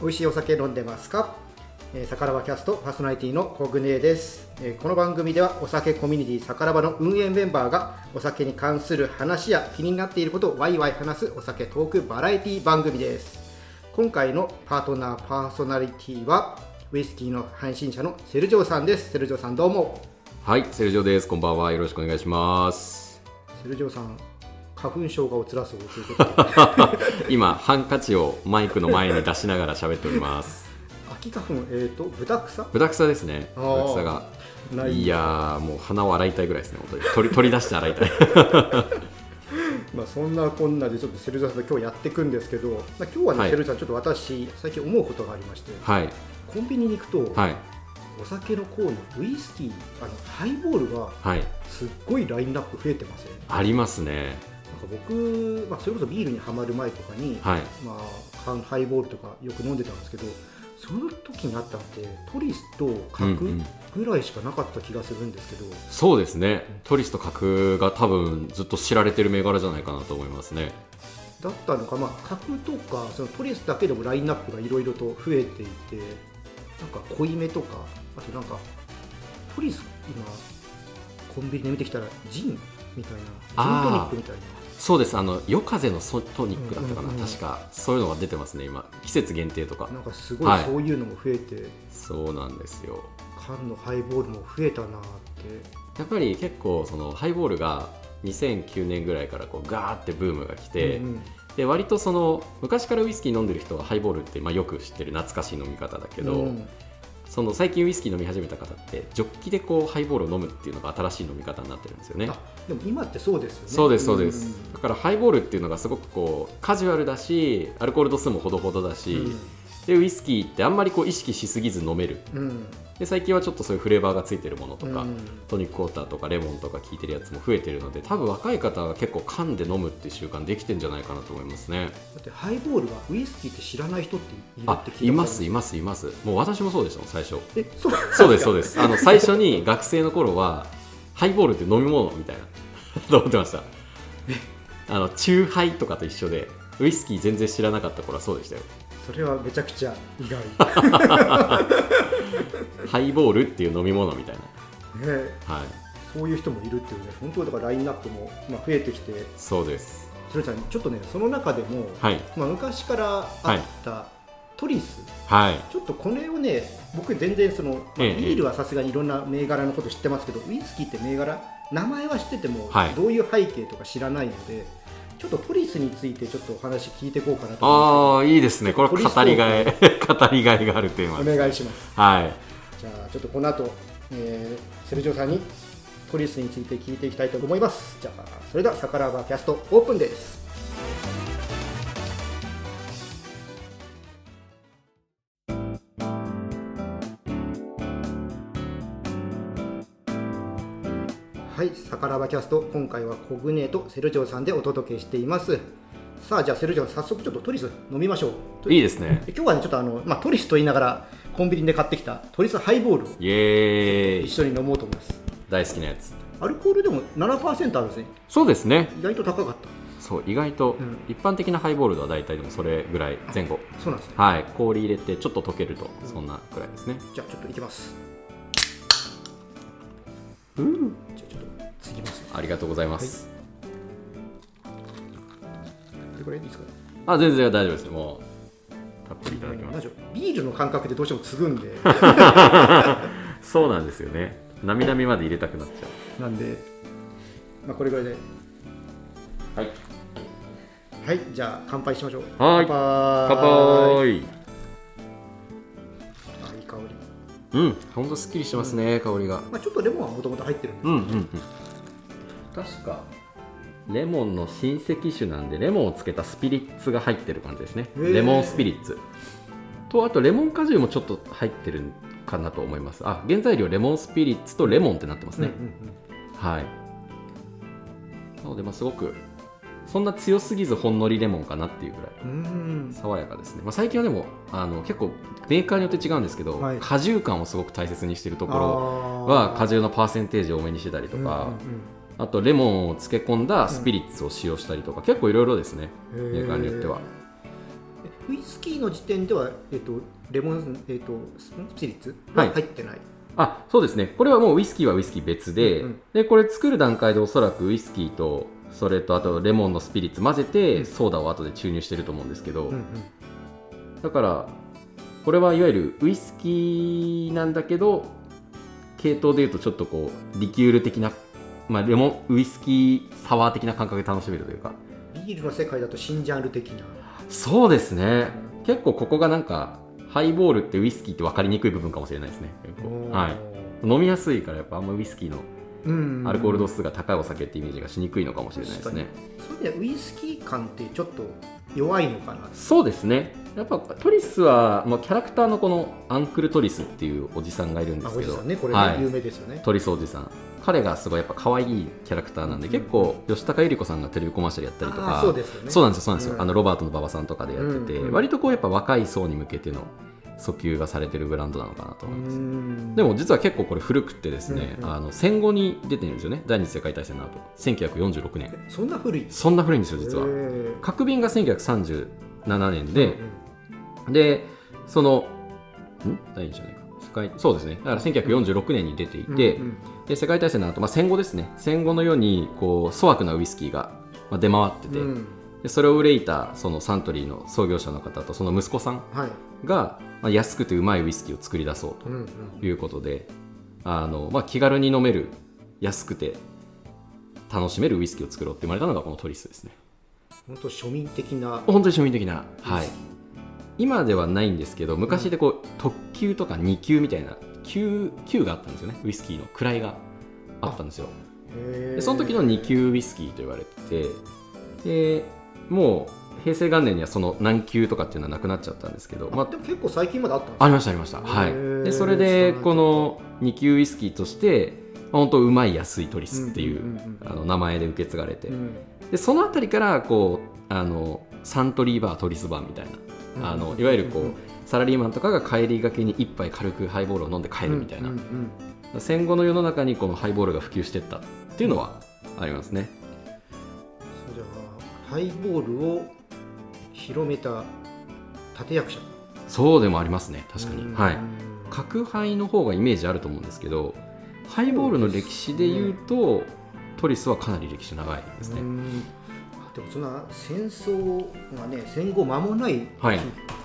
美味しいお酒飲んでますか？サカラバキャストパーソナリティのコグネです。この番組ではお酒コミュニティサカラバの運営メンバーがお酒に関する話や気になっていることをワイワイ話すお酒トークバラエティ番組です。今回のパートナーパーソナリティはウイスキーの配信者のセルジョーさんです。セルジョーさんどうも。 はい、セルジョーです。こんばんは。よろしくお願いします。 セルジョーさん、花粉症がおつらそうということで今ハンカチをマイクの前に出しながら喋っております。 秋花粉、 豚草ですね。豚草がいやもう鼻を洗いたいぐらいですね。本当に取り出して洗いたいまあそんなこんなでちょっとセルジョーさんと今日やっていくんですけど、今日はね、セルジョーさんちょっと私最近思うことがありまして、コンビニに行くと、お酒のコーナー、ウイスキー、ハイボールがすっごいラインナップ増えてません？ ありますね。 なんか僕、それこそビールにはまる前とかに、缶ハイボールとかよく飲んでたんですけど、その時にあったのってトリスと角ぐらいしかなかった気がするんですけど、 そうですね。トリスと角が多分ずっと知られてる銘柄じゃないかなと思いますね。 だったのか、角とかそのトリスだけでもラインナップがいろいろと増えていて、なんか濃いめとか、あとなんかトリス今コンビニで見てきたらジンみたいな、ジントニックみたいな。 そうです。夜風のトニックだったかな、確かそういうのが出てますね。今季節限定とかなんかすごいそういうのも増えて、 そうなんですよ。 缶のハイボールも増えたなって。 やっぱり結構そのハイボールが2009年ぐらいからこうガーってブームが来て、で割とその昔からウイスキー飲んでる人はハイボールってよく知ってる懐かしい飲み方だけど、その最近ウイスキー飲み始めた方ってジョッキでこうハイボールを飲むっていうのが新しい飲み方になってるんですよね。 でも今ってそうですよね。 そうですそうです、だからハイボールっていうのがすごくこうカジュアルだし、アルコール度数もほどほどだし、でウイスキーってあんまりこう意識しすぎず飲める、で最近はちょっとそういうフレーバーがついてるものとか、トニックウォーターとかレモンとか効いてるやつも増えてるので、多分若い方は結構缶で飲むっていう習慣できてんじゃないかなと思いますね。 だってハイボールはウイスキーって知らない人っているって聞いたことある。 います。もう私もそうでしたもん最初。そうです最初に学生の頃はハイボールって飲み物みたいなと思ってました。チューハイとかと一緒で、ウイスキー全然知らなかった頃はそうでしたよ。 それはめちゃくちゃ意外ハイボールっていう飲み物みたいな、 そういう人もいるっていうね。本当だからラインナップも増えてきて。そうです。それじゃちょっとね、その中でも、昔からあったトリス、ちょっとこれをね、僕全然その、ビールはさすがにいろんな銘柄のこと知ってますけど、ウイスキーって銘柄名前は知ってても、どういう背景とか知らないので、ちょっとトリスについてちょっとお話聞いていこうかなと思います。 いいですね。これ語りがいがあるテーマです。 お願いします。じゃあちょっとこの後、セルジョーさんにトリスについて聞いていきたいと思います。じゃあそれではサカラバキャストオープンです。はい、サカラバキャスト、今回はコグネとセルジョーさんでお届けしています。さあ、じゃあセルジョーさん、早速ちょっとトリス飲みましょう。 いいですね。 今日はね、ちょっとトリスと言いながらコンビニで買ってきたトリスハイボールを一緒に飲もうと思います。 大好きなやつ。 アルコールでも 7% あるんですね。 そうですね。 意外と高かった。 そう意外と、一般的なハイボールは大体でもそれぐらい前後。 そうなんですね。 氷入れてちょっと溶けるとそんなくらいですね。 じゃあちょっといきます。じゃあちょっと次ます、 ありがとうございます。 これいいですか？ 全然大丈夫です。もうたっぷりいただきます。 ビールの感覚でどうしても継ぐんでそうなんですよね。なみなみまで入れたくなっちゃう。なんで、これぐらいで。はい、じゃあ乾杯しましょう。乾杯。いい香り。 ほんとすっきりしてますね、香りが。 ちょっとレモンはもともと入ってるんですけど、 確かレモンの親戚種なんで、レモンをつけたスピリッツが入ってる感じですね。レモンスピリッツと、あとレモン果汁もちょっと入ってるかなと思います。原材料レモンスピリッツとレモンってなってますね。なのですごくそんな強すぎずほんのりレモンかなっていうぐらい爽やかですね。最近はでも結構メーカーによって違うんですけど、果汁感をすごく大切にしているところは果汁のパーセンテージを多めにしてたりとか、あとレモンを漬け込んだスピリッツを使用したりとか、結構いろいろですね、メーカーによっては。 ウイスキーの時点では、レモン、スピリッツは入ってない、 そうですね。これはもうウイスキーはウイスキー別で、でこれ作る段階でおそらくウイスキーとそれとあとレモンのスピリッツ混ぜてソーダを後で注入してると思うんですけど、だからこれはいわゆるウイスキーなんだけど系統でいうとちょっとこうリキュール的な、レモンウイスキーサワー的な感覚で楽しめるというか、 ビールの世界だと新ジャンル的な。 そうですね、結構ここがなんかハイボールってウイスキーって分かりにくい部分かもしれないですね。飲みやすいからやっぱあんまウイスキーのアルコール度数が高いお酒ってイメージがしにくいのかもしれないですね。 そういう意味でウイスキー感ってちょっと弱いのかな。 そうですね、やっぱトリスはもうキャラクターのこのアンクルトリスっていうおじさんがいるんですけど、 おじさんね、これ有名ですよね、 トリスおじさん、彼がすごいやっぱ可愛いキャラクターなんで、結構吉高由里子さんがテレビコマーシャルやったりとか、 そうですよね、 そうなんですよ、ロバートの馬場さんとかでやってて、割とこうやっぱ若い層に向けての訴求がされてるブランドなのかなと思います。でも実は結構これ古くってですね、戦後に出てるんですよね。第二次世界大戦の後1946年。 そんな古いんですよ実は。角瓶が1937年で、でその第二次じゃないか、そうですね、だから1946年に出ていて、で世界大戦の後、戦後ですね、戦後の世にこう粗悪なウイスキーが出回ってて、でそれを憂いたそのサントリーの創業者の方とその息子さんが、安くてうまいウイスキーを作り出そうということで、気軽に飲める安くて楽しめるウイスキーを作ろうって生まれたのがこのトリスですね。 本当に庶民的な、 はい、今ではないんですけど、昔でこう特級とか2級みたいな級があったんですよね。ウイスキーの位があったんですよ。でその時の2級ウイスキーと言われてて、でもう平成元年にはその何級とかっていうのはなくなっちゃったんですけど、 でも結構最近まであったんですか？ ありました、はい。でそれでこの2級ウイスキーとして、本当うまい安いトリスっていう名前で受け継がれて、でそのあたりからこうサントリーバートリスバーみたいな、いわゆるこうサラリーマンとかが帰りがけに一杯軽くハイボールを飲んで帰るみたいな、戦後の世の中にこのハイボールが普及していったっていうのはありますね。 じゃあハイボールを広めた立役者、 そうでもありますね、確かに。はい、角ハの方がイメージあると思うんですけど、ハイボールの歴史でいうと、トリスはかなり歴史長いですね。 でもそんな戦争がね、戦後間もない時から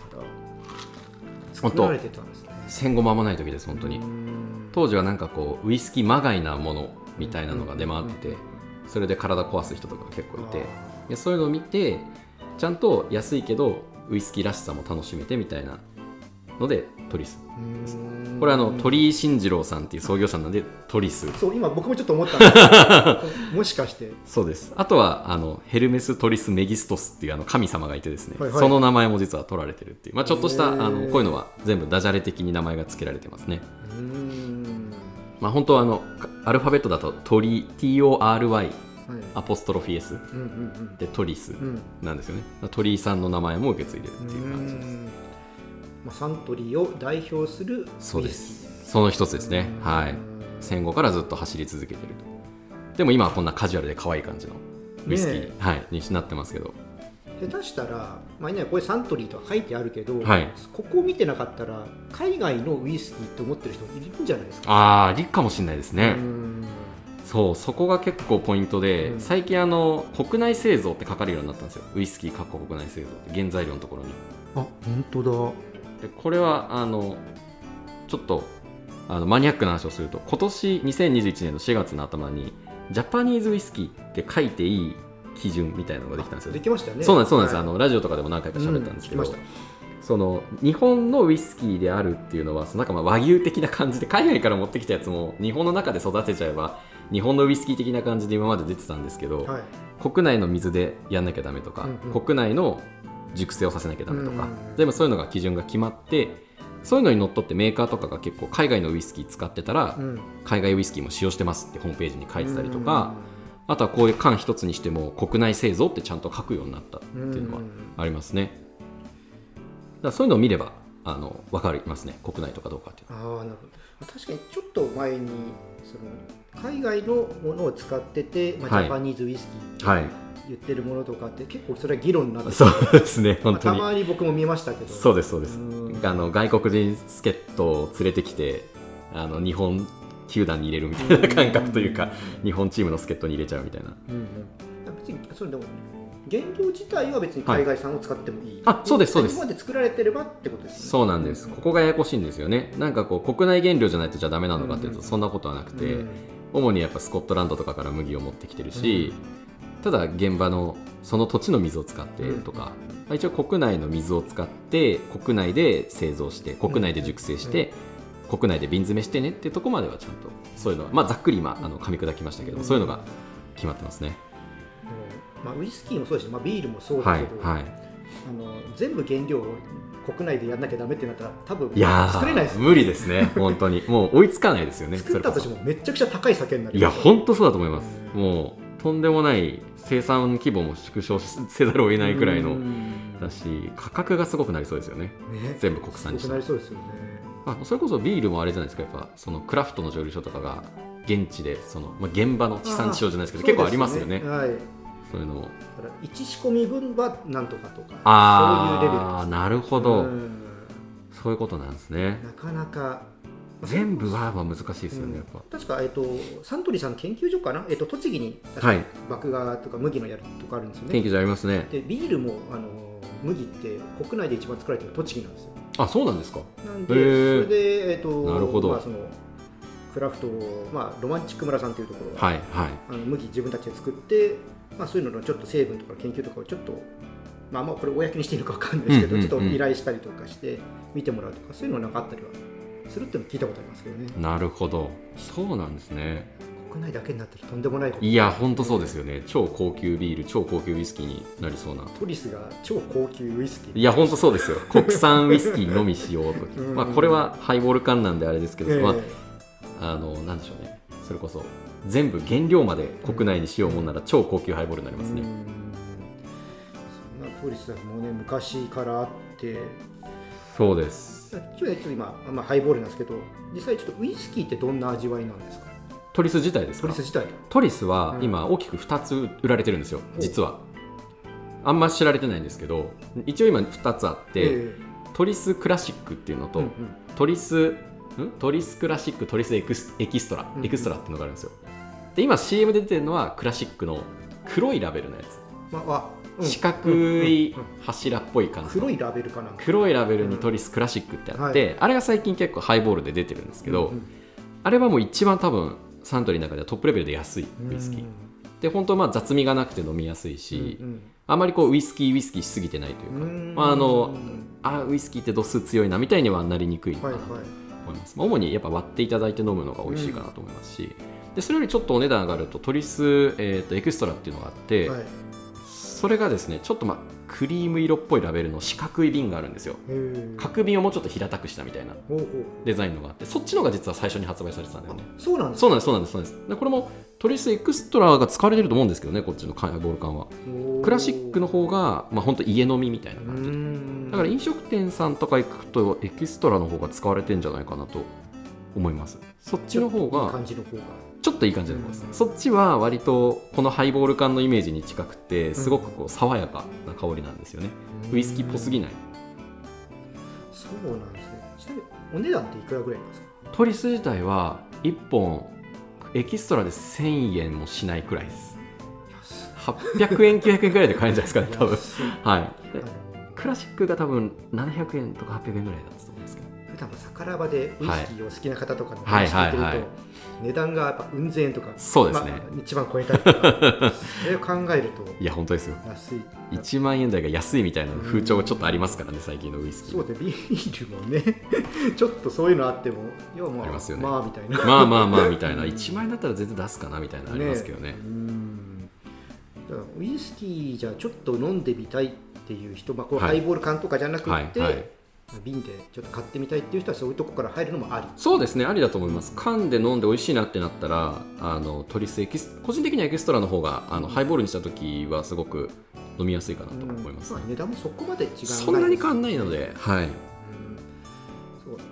作られてたんですね。 戦後間もない時です、本当に。当時はなんかこうウイスキーまがいなものみたいなのが出回って、それで体壊す人とかが結構いて、でそういうのを見てちゃんと安いけどウイスキーらしさも楽しめてみたいなのでトリスです。これ鳥居慎次郎さんっていう創業者なんでトリス。 そう、今僕もちょっと思ったんですけどもしかしてそうです。あとはヘルメス・トリス・メギストスっていう神様がいてですね、その名前も実は取られてるっていう、ちょっとしたこういうのは全部ダジャレ的に名前が付けられてますね。本当はアルファベットだとTORYアポストロフィエスでトリスなんですよね。鳥居さんの名前も受け継いでるっていう感じです。 サントリーを代表するウイスキー。 そうです、その一つですね。はい、戦後からずっと走り続けてると。でも今はこんなカジュアルで可愛い感じのウイスキー、になってますけど、 下手したら、これサントリーとか書いてあるけど、ここを見てなかったら海外のウイスキーって思ってる人いるんじゃないですか。 いるかもしれないですね。そこが結構ポイントで、最近国内製造って書かれるようになったんですよ。ウイスキー国内製造って原材料のところに。 本当だ。 でこれはちょっとマニアックな話をすると、今年2021年の4月の頭にジャパニーズウイスキーって書いていい基準みたいなのができたんですよ。 できましたね。 そうなんです、ラジオとかでも何回か喋ったんですけど、その日本のウイスキーであるっていうのはなんか和牛的な感じで、海外から持ってきたやつも日本の中で育てちゃえば日本のウイスキー的な感じで今まで出てたんですけど、国内の水でやんなきゃダメとか、国内の熟成をさせなきゃダメとか、全部そういうのが基準が決まって、そういうのにのっとってメーカーとかが結構海外のウイスキー使ってたら、海外ウイスキーも使用してますってホームページに書いてたりとか、あとはこういう缶一つにしても国内製造ってちゃんと書くようになったっていうのはありますね。だからそういうのを見れば分かりますね、国内とかどうかっていうのは。 なるほど。確かにちょっと前に海外のものを使ってて、ジャパニーズウイスキーって言ってるものとかって結構それは議論になって、 そうですね、本当に、 たまに僕も見ましたけど。 そうですそうです。外国人助っ人を連れてきて日本球団に入れるみたいな感覚というか、日本チームの助っ人に入れちゃうみたいな。 別にそれでも原料自体は別に海外産を使ってもいい、 そうですそうです。 日本で作られてればってことですね。 そうなんです。ここがややこしいんですよね。なんかこう国内原料じゃないとじゃダメなのかっていうと、そんなことはなくて、主にやっぱスコットランドとかから麦を持ってきてるし、ただ現場のその土地の水を使ってとか、一応国内の水を使って国内で製造して国内で熟成して、国内で瓶詰めしてねっていうところまではちゃんとそういうのは、ざっくり今噛み砕きましたけど、そういうのが決まってますね。 ウイスキーもそうですし、ビールもそうだけど、全部原料を国内でやんなきゃダメってなったら多分作れないですよね。 無理ですね、本当にもう追いつかないですよね。 作ったとしてもめちゃくちゃ高い酒になる。 いや本当そうだと思います。もうとんでもない生産規模も縮小せざるを得ないくらいのだし、価格がすごくなりそうですよね。全部国産にして。 なりそうですよね。 それこそビールもあれじゃないですか、やっぱそのクラフトの蒸留所とかが現地で現場の地産地消じゃないですけど、結構ありますよね。そういうのも 1仕込み分はなんとかとか、そういうレベルです。 なるほど、そういうことなんですね。 なかなか全部は難しいですよね、やっぱ。 確か、サントリーさんの研究所かな、栃木に確か麦芽とか麦のやるとかあるんですよね。 研究所ありますね。 でビールも麦って国内で一番作られてる栃木なんですよ。 そうなんですか。 なんでそれで、 なるほど。 そのクラフト、ロマンチック村さんというところが、麦自分たちで作って、そういうののちょっと成分とか研究とかをちょっと、これ公にしていいのか分かんないですけど、ちょっと依頼したりとかして見てもらうとか、そういうのなんかあったりはするっていうのを聞いたことありますけどね。 なるほど、そうなんですね。 国内だけになったらとんでもないこと。 いや本当そうですよね。超高級ビール、超高級ウイスキーになりそうな。 トリスが超高級ウイスキー。 いや本当そうですよ。国産ウイスキーのみしようとこれはハイボール缶なんであれですけど、なんでしょうね、それこそ全部原料まで国内にしようもんなら超高級ハイボールになりますね。 そんなトリスはもうね昔からあって。 そうです。 今、ハイボールなんですけど、実際ちょっとウイスキーってどんな味わいなんですか。 トリス自体ですか。トリスは今大きく2つ売られてるんですよ、実は。あんま知られてないんですけど、一応今2つあって、トリスクラシックっていうのと、トリスクラシック、トリスエクストラっていうのがあるんですよ。で今 CM で出てるのはクラシックの黒いラベルのやつ、四角い柱っぽい感じ、 黒いラベルかな。 黒いラベルにトリスクラシックってあって、あれが最近結構ハイボールで出てるんですけど、あれはもう一番多分サントリーの中ではトップレベルで安いウイスキーで、本当雑味がなくて飲みやすいし、あまりウイスキーしすぎてないというか、ウイスキーって度数強いなみたいにはなりにくいのかなと思います。主にやっぱ割っていただいて飲むのが美味しいかなと思いますし、でそれよりちょっとお値段上がるとトリス、エクストラっていうのがあって、それがですねちょっとクリーム色っぽいラベルの四角い瓶があるんですよ。角瓶をもうちょっと平たくしたみたいなデザインのがあって、そっちのが実は最初に発売されてたんだよね。 そうなんです。 でこれもトリスエクストラが使われてると思うんですけどね、こっちのハイボール缶は。クラシックの方が本当家飲みみたいな感じで、だから飲食店さんとか行くとエキストラの方が使われてるんじゃないかなと思います。そっちの方がちょっといい感じの方です。そっちは割とこのハイボール缶のイメージに近くて、すごく爽やかな香りなんですよね。ウイスキーっぽすぎない。 そうなんですね。ちなみにお値段っていくらぐらいなんですか。 トリス自体は1本エキストラで1000円もしないくらいです。800円900円くらいで買えるんじゃないですかね、多分。はい。クラシックが多分700円とか800円ぐらいだったと思うんですけど、 普段サカラバでウイスキーを好きな方とかの話聞いてると、値段がやっぱうん千円とか、 そうですね、 一番超えたりとかそれを考えると、 いや本当ですよ、 安い 1万円台が安いみたいな風潮がちょっとありますからね、最近のウイスキー。 そうで、ビールもねちょっとそういうのあっても、いやありますよね、 まあみたいなまあみたいな1万円だったら全然出すかなみたいなのありますけどね。 だからウイスキーじゃちょっと飲んでみたいっていう人、こうハイボール缶とかじゃなくて、瓶でちょっと買ってみたいっていう人はそういうとこから入るのもあり。 そうですね、ありだと思います。缶で飲んで美味しいなってなったら、トリス個人的にはエキストラの方がハイボールにした時はすごく飲みやすいかなと思います、ね。 値段もそこまで違う、 そんなに変わんないので、はい。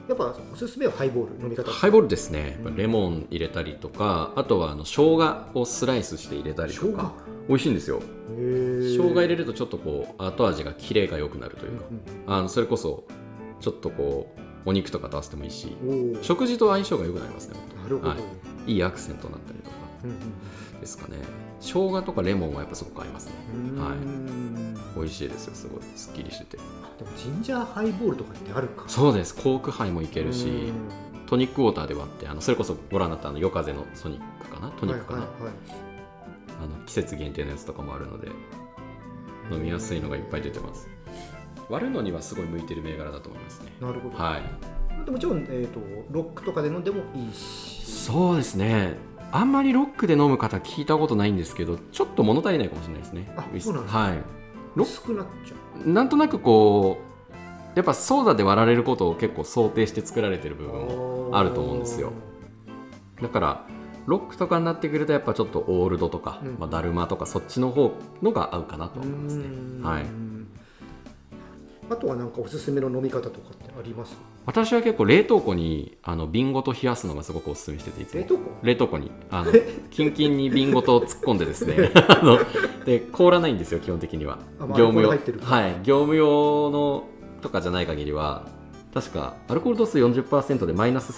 やっぱおすすめはハイボール飲み方。 ハイボールですね。レモン入れたりとか、あとは生姜をスライスして入れたりとか、美味しいんですよ。生姜入れるとちょっとこう後味がキレが良くなるというか、それこそちょっとこうお肉とかと合わせてもいいし、食事と相性が良くなりますね。 なるほど、 いいアクセントになったりとかですかね。生姜とかレモンはやっぱすごく合いますね。美味しいですよ。すごいすっきりしてて。 でもジンジャーハイボールとかってあるか。 そうです。コークハイもいけるし、トニックウォーターで割ってそれこそご覧になった夜風のソニックかな、トニックかな、季節限定のやつとかもあるので飲みやすいのがいっぱい出てます。割るのにはすごい向いてる銘柄だと思いますね。 なるほど。 はい。 でもちろん、ロックとかで飲んでもいいし。 そうですね。あんまりロックで飲む方聞いたことないんですけど、ちょっと物足りないかもしれないですね。 そうなんですか。 はい。 薄くなっちゃう。なんとなくこうやっぱソーダで割られることを結構想定して作られてる部分もあると思うんですよ。だからロックとかになってくるとやっぱちょっとオールドとか、ダルマとかそっちの方のが合うかなと思いますね。はい。 あとはなんかおすすめの飲み方とかってあります？ 私は結構冷凍庫に瓶ごと冷やすのがすごくおすすめしてて、いつも冷凍庫にキンキンに瓶ごと突っ込んでですねで凍らないんですよ基本的には。業務用、はい、業務用のとかじゃない限りは確かアルコール度数 40% でマイナス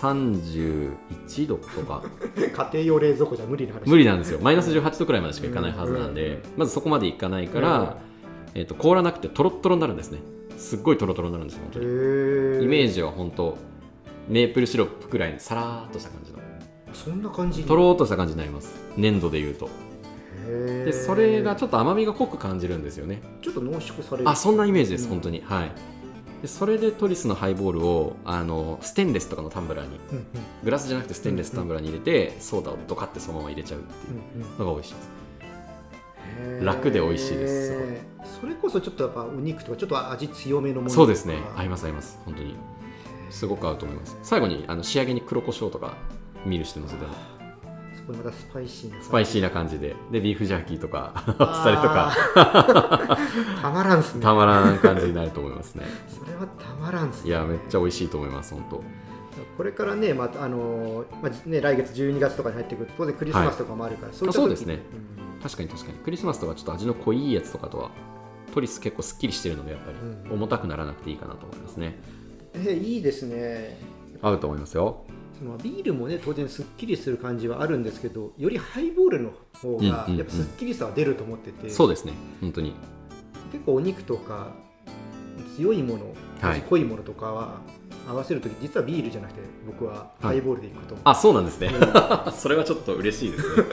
31度とか家庭用冷蔵庫じゃ無理な話。 無理なんですよ。マイナス18度くらいまでしかいかないはずなんで、まずそこまでいかないから、凍らなくてトロットロになるんですね。すっごいトロトロになるんですよ。本当にイメージは本当メープルシロップくらいサラーっとした感じの、 そんな感じトローっとした感じになります。粘度でいうと。でそれがちょっと甘みが濃く感じるんですよね。 ちょっと濃縮される。 そんなイメージです、本当に。はい。でそれでトリスのハイボールをステンレスとかのタンブラーに、グラスじゃなくてステンレスタンブラーに入れて、ソーダをドカってそのまま入れちゃうっていうのが美味しいです。楽で美味しいです。すごい。 それこそちょっとやっぱお肉とかちょっと味強めのものとか。 そうですね。合います合います。本当にすごく合うと思います。最後に仕上げに黒胡椒とかミルしてのせても、 そこにまたスパイシーな感じでビーフジャーキーとかあっさりとかたまらんすね。 たまらん感じになると思いますね。 それはたまらんすね。 いやめっちゃ美味しいと思います本当。 これからね、来月12月とかに入ってくると当然クリスマスとかもあるから、 そうですね。確かにクリスマスとかちょっと味の濃いやつとかとはトリス結構すっきりしてるのでやっぱり重たくならなくていいかなと思いますね。 いいですね。 合うと思いますよ。 ビールもね当然すっきりする感じはあるんですけど、よりハイボールの方がやっぱすっきりさは出ると思ってて、 そうですね。本当に結構お肉とか強いもの、味濃いものとかは合わせるとき実はビールじゃなくて僕はハイボールでいくこと思う。 そうなんですね。それはちょっと嬉しいですね。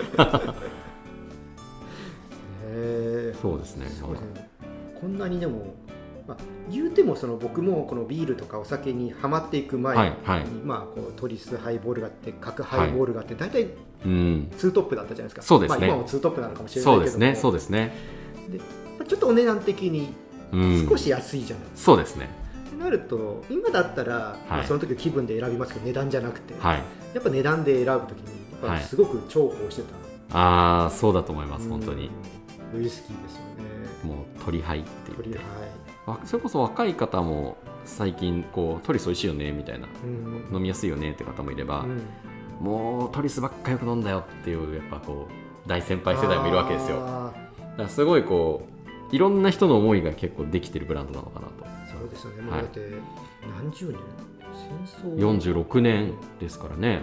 そうですね。 こんなにでも、言うても僕もこのビールとかお酒にはまっていく前に、こうトリスハイボールがあって角ハイボールがあって大体ツートップだったじゃないですか。 そうですね。 今もツートップなのかもしれないけども、 そうですね。 でちょっとお値段的に少し安いじゃないですか。 そうですね。 ってなると今だったら、その時の気分で選びますけど値段じゃなくて、やっぱ値段で選ぶ時にやっぱすごく重宝してた。 そうだと思います本当に。 ウイスキーですよね。 もう鳥ハイって言って、それこそ若い方も最近こうトリス美味しいよねみたいな、飲みやすいよねって方もいれば、もうトリスばっかよく飲んだよっていうやっぱこう大先輩世代もいるわけですよ。だからすごいこういろんな人の思いが結構できてるブランドなのかなと。 そうですよね。もうだって何十年、 戦争46年ですからね。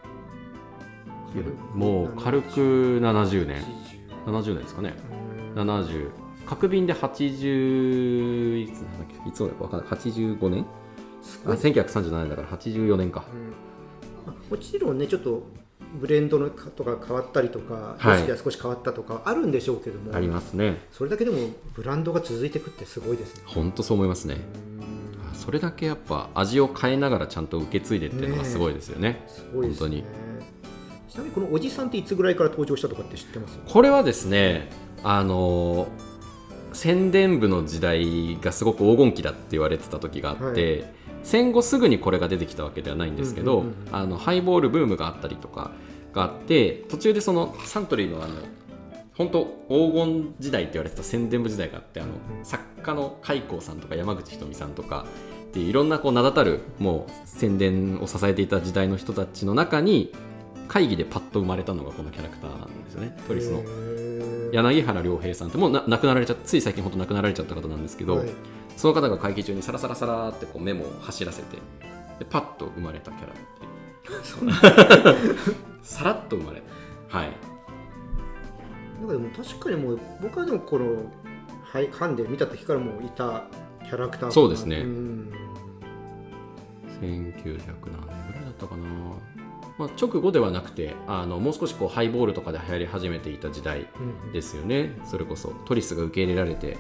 もう軽く70年ですかね。70角瓶で80いつもか85年1937年だから84年か。 もちろんねちょっとブレンドのとか変わったりとかレシピが少し変わったとかあるんでしょうけども、 ありますね。それだけでもブランドが続いていくってすごいですね。 本当そう思いますね。それだけやっぱ味を変えながらちゃんと受け継いでっていうのがすごいですよね。 すごいですね。本当に。ちなみにこのおじさんっていつぐらいから登場したとかって知ってます？ これはですね宣伝部の時代がすごく黄金期だって言われてた時があって、戦後すぐにこれが出てきたわけではないんですけど、ハイボールブームがあったりとかがあって途中でそのサントリーの本当黄金時代って言われてた宣伝部時代があって作家の海光さんとか山口ひとみさんとかっていういろんなこう名だたるもう宣伝を支えていた時代の人たちの中に会議でパッと生まれたのがこのキャラクターなんですよね。トリスの柳原良平さんってもう亡くなられちゃつい最近本当亡くなられちゃった方なんですけど、はい、その方が会議中にサラサラサラってこうメモを走らせてでパッと生まれたキャラっていうさらっと生まれはい。 なんかでも確かにもう僕はでもこのハンデ見た時からもういたキャラクターそうですね。1900何年ぐらいだったかな、まあ、直後ではなくてもう少しこうハイボールとかで流行り始めていた時代ですよね、それこそトリスが受け入れられて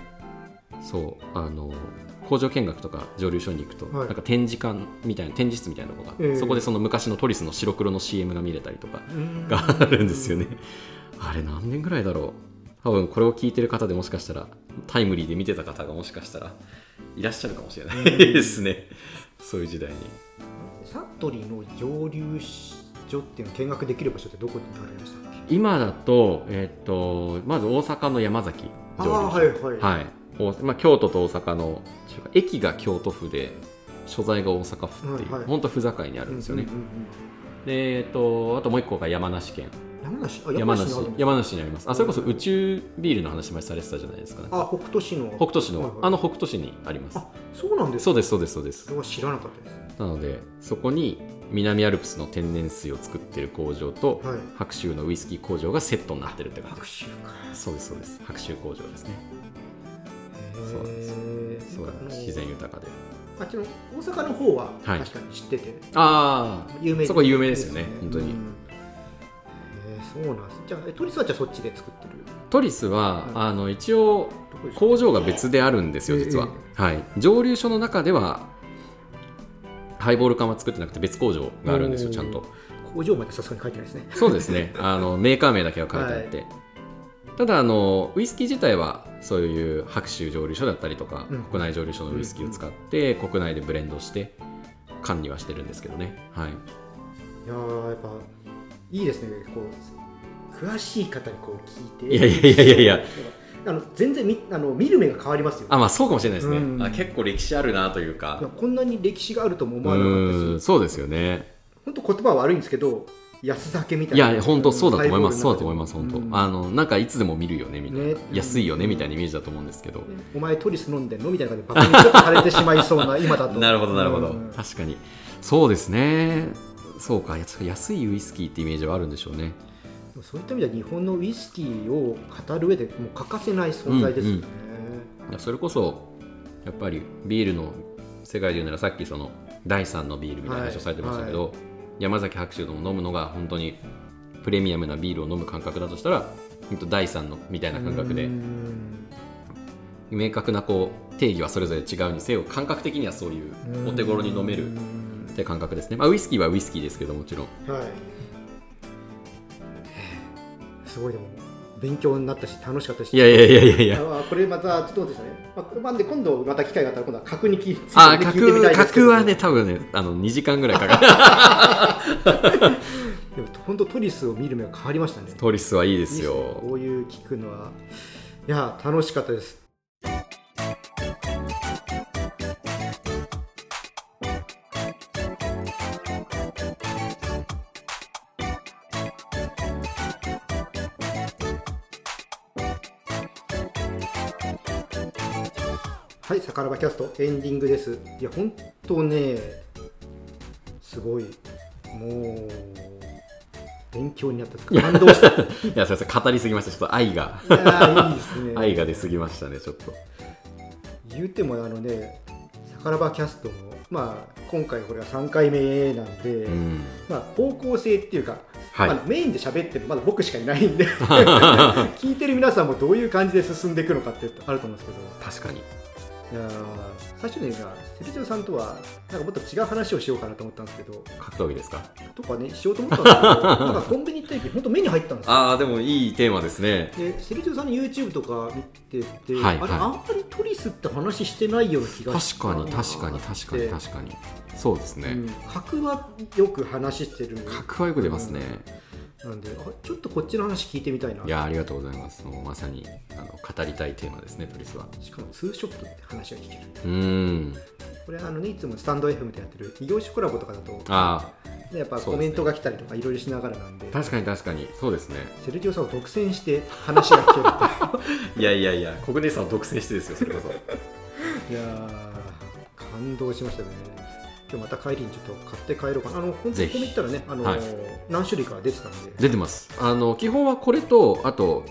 そう工場見学とか蒸留所に行くと、なんか展示館みたいな展示室みたいなのが、そこでその昔のトリスの白黒の CM が見れたりとかがあるんですよね。あれ何年ぐらいだろう。多分これを聞いてる方でもしかしたらタイムリーで見てた方がもしかしたらいらっしゃるかもしれないですね。そういう時代にサントリーの蒸留所っていうの見学できる場所ってどこにありましたっけ？ 今だと、まず大阪の山崎蒸留所、はいまあ、京都と大阪の駅が京都府で所在が大阪府っていう、本当府境にあるんですよね。であともう一個が山梨県山梨にあります。それこそ宇宙ビールの話もされてたじゃないですか、ね。 北斗市の北斗市にあります。 そうなんですか。 そうです。それは知らなかったです。 なのでそこに南アルプスの天然水を作ってる工場と、白州のウイスキー工場がセットになってるって感じ。 白州か。 そうです白州工場ですね。そうなんですよ。自然豊かで。 あっちの大阪の方は確かに知ってて、 そこ有名ですよね、本当に。 そうなんです。じゃあトリスはそっちで作ってる？ トリスは、一応工場が別であるんですよ、実は。蒸留所の中ではハイボール缶は作ってなくて別工場があるんですよ、ちゃんと。 工場までさすがに書いてないですね。 そうですね。メーカー名だけは書いてあって、ただウイスキー自体はそういう白州蒸留所だったりとか、国内蒸留所のウイスキーを使って、国内でブレンドして缶にはしてるんですけどね。はい。いややっぱいいですね。こう詳しい方にこう聞いて。いや全然見る目が変わりますよ、ね。 まあそうかもしれないですね。結構歴史あるなというか。 こんなに歴史があるとも思わなかったし。 そうですよね。 本当言葉は悪いんですけど。安酒みたいな。 いや本当そうだと思います。本当。なんかいつでも見るよねみたいな、安いよねみたいなイメージだと思うんですけど。 お前トリス飲んでんのみたいな感じでバカにちょっとされてしまいそうな今だと。 なるほど確かにそうですね。そうか、安いウイスキーってイメージはあるんでしょうね。 そういった意味では日本のウイスキーを語る上でもう欠かせない存在ですよね。 それこそやっぱりビールの世界で言うならさっきその第3のビールみたいな話をされてましたけど、山崎白州の飲むのが本当にプレミアムなビールを飲む感覚だとしたら本当第3のみたいな感覚で、明確なこう定義はそれぞれ違うにせよ感覚的にはそういうお手頃に飲めるって感覚ですね。ウイスキーはウイスキーですけどもちろん。 すごいでも勉強になったし楽しかったし。 いやこれまたどうですかね。で今度また機会があったら今度は角に聞いてみたいですけど。 角はね多分ね2時間ぐらいかかる。 でも本当トリスを見る目が変わりましたね。 トリスはいいですよ。 こういう聞くのはいや楽しかったです。はい、さからばキャストエンディングです。いや本当ねすごいもう勉強になったです。感動した。いやすいません語りすぎました。ちょっと愛がいいですね。 愛が出すぎましたね。ちょっと言うてもさからばキャストも今回これが3回目なんで、方向性っていうか、メインで喋ってるまだ僕しかいないんで聞いてる皆さんもどういう感じで進んでいくのかってあると思うんですけど。 確かに。 いや最初にセリジョさんとはなんかもっと違う話をしようかなと思ったんですけど。 格闘技ですかとかねしようと思ったんですけどなんかコンビニ行った時本当目に入ったんですよ。 でもいいテーマですね。 でセリジョさんの YouTube とか見てて、あんまりトリスって話してないような気がしたな。 確かにそうですね。 格はよく話してる。 格はよく出ますね。 なんでちょっとこっちの話聞いてみたいな。 いやありがとうございます。もうまさに語りたいテーマですね、トリスは。 しかもツーショットで話が聞ける。これいつもスタンド FM でやってる異業種コラボとかだとやっぱコメントが来たりとかいろいろしながらなんで、 確かにそうですね。 セルジオさんを独占して話が聞けるいやコグネさんを独占してですよ、それこそ。 いや感動しましたね。今日また帰りにちょっと買って帰ろうかな。本当にここに行ったらね、何種類か出てたんで。 出てます。基本はこれとあと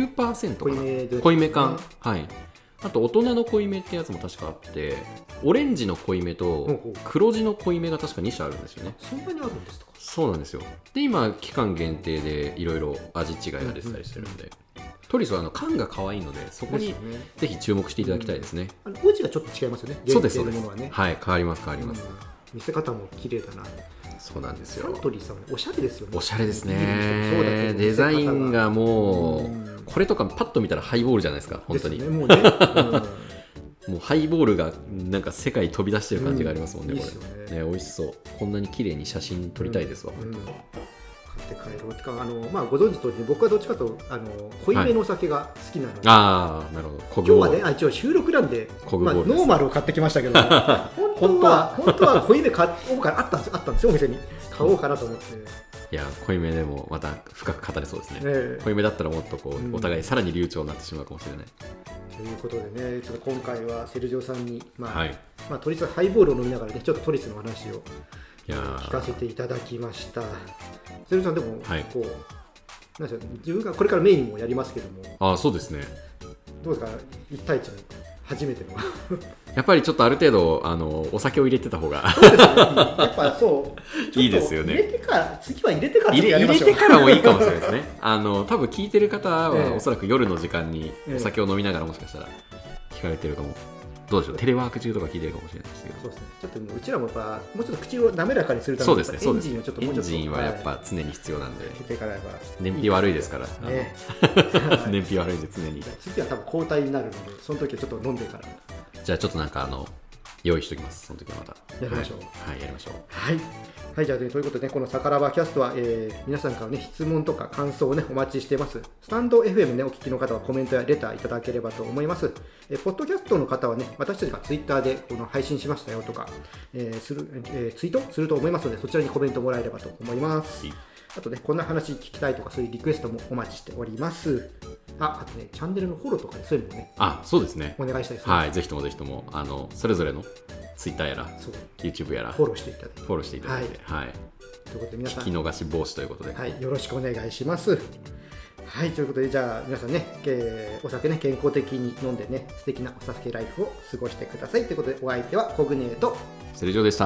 9% かな、濃いめ缶、はい。あと大人の濃いめってやつも確かあって、オレンジの濃いめと黒地の濃いめが確か2種あるんですよね。 そんなにあるんですか？ そうなんですよ。で今期間限定でいろいろ味違いが出てたりしてるんで、トリスは缶が可愛いので、そこにぜひ注目していただきたいですね。 文字がちょっと違いますよね。 そうです。 限定のものはね。 はい、変わります。 見せ方も綺麗だな。 そうなんですよ。 サントリーさんおしゃれですよね。 おしゃれですね。デザインがもうこれとかパッと見たらハイボールじゃないですか、本当に。 もうね。 もうハイボールがなんか世界飛び出してる感じがありますもんね、これ。ね、美味しそう。こんなに綺麗に写真撮りたいですわ。 買って帰ろうってか、ご存知通り僕はどっちかと濃いめのお酒が好きなので、 なるほど。 今日はね一応収録なんでノーマルを買ってきましたけど、本当は濃いめ買おうかな、あったんですよお店に。買おうかなと思って。 いや濃いめでもまた深く語れそうですね。濃いめだったらもっとお互いさらに流暢になってしまうかもしれない。 ということでね、ちょっと今回はセルジオさんにトリスハイボールを飲みながらね、ちょっとトリスの話を聞かせていただきました。セルジオさんでもこうなんでしょう、自分がこれからメインもやりますけども。 そうですね。 どうですか、1対1の初めての。 やっぱりちょっとある程度お酒を入れてた方が。 そうですね。やっぱそういいですよね。 入れてから次は入れてから入れてからもいいかもしれないですね。多分聞いてる方はおそらく夜の時間にお酒を飲みながらもしかしたら聞かれてるかも。どうでしょう、テレワーク中とか聞いてるかもしれないですけど。 そうですね。ちょっとうちらもやっぱもうちょっと口を滑らかにするためにエンジンをちょっともうちょっと。 エンジンはやっぱ常に必要なんで。 燃費悪いですから。燃費悪いんで常に。 次は多分交代になるので、その時はちょっと飲んでから。 じゃあちょっとなんか用意しておきます。その時はまたやりましょう。 はい、やりましょう。 はい、じゃあということでね、このさからばキャストは、皆さんからね質問とか感想をねお待ちしています。スタンド FM ねお聞きの方はコメントやレターいただければと思います。ポッドキャストの方はね、私たちがツイッターでこの配信しましたよとか、ツイートすると思いますので、そちらにコメントもらえればと思います。あとね、こんな話聞きたいとかそういうリクエストもお待ちしております。あとね、チャンネルのフォローとかそういうのもね、 そうですね、 お願いしたいですね。 はい、ぜひともそれぞれのツイッターやら YouTube やらフォローしていただいて、 はい、 ということで皆さん聞き逃し防止ということで、 よろしくお願いします。はい、ということでじゃあ皆さんね、お酒ね健康的に飲んでね素敵なお酒ライフを過ごしてくださいということで、お相手はコグネとセルジオでした。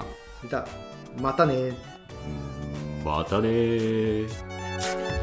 それではまたね。 またね。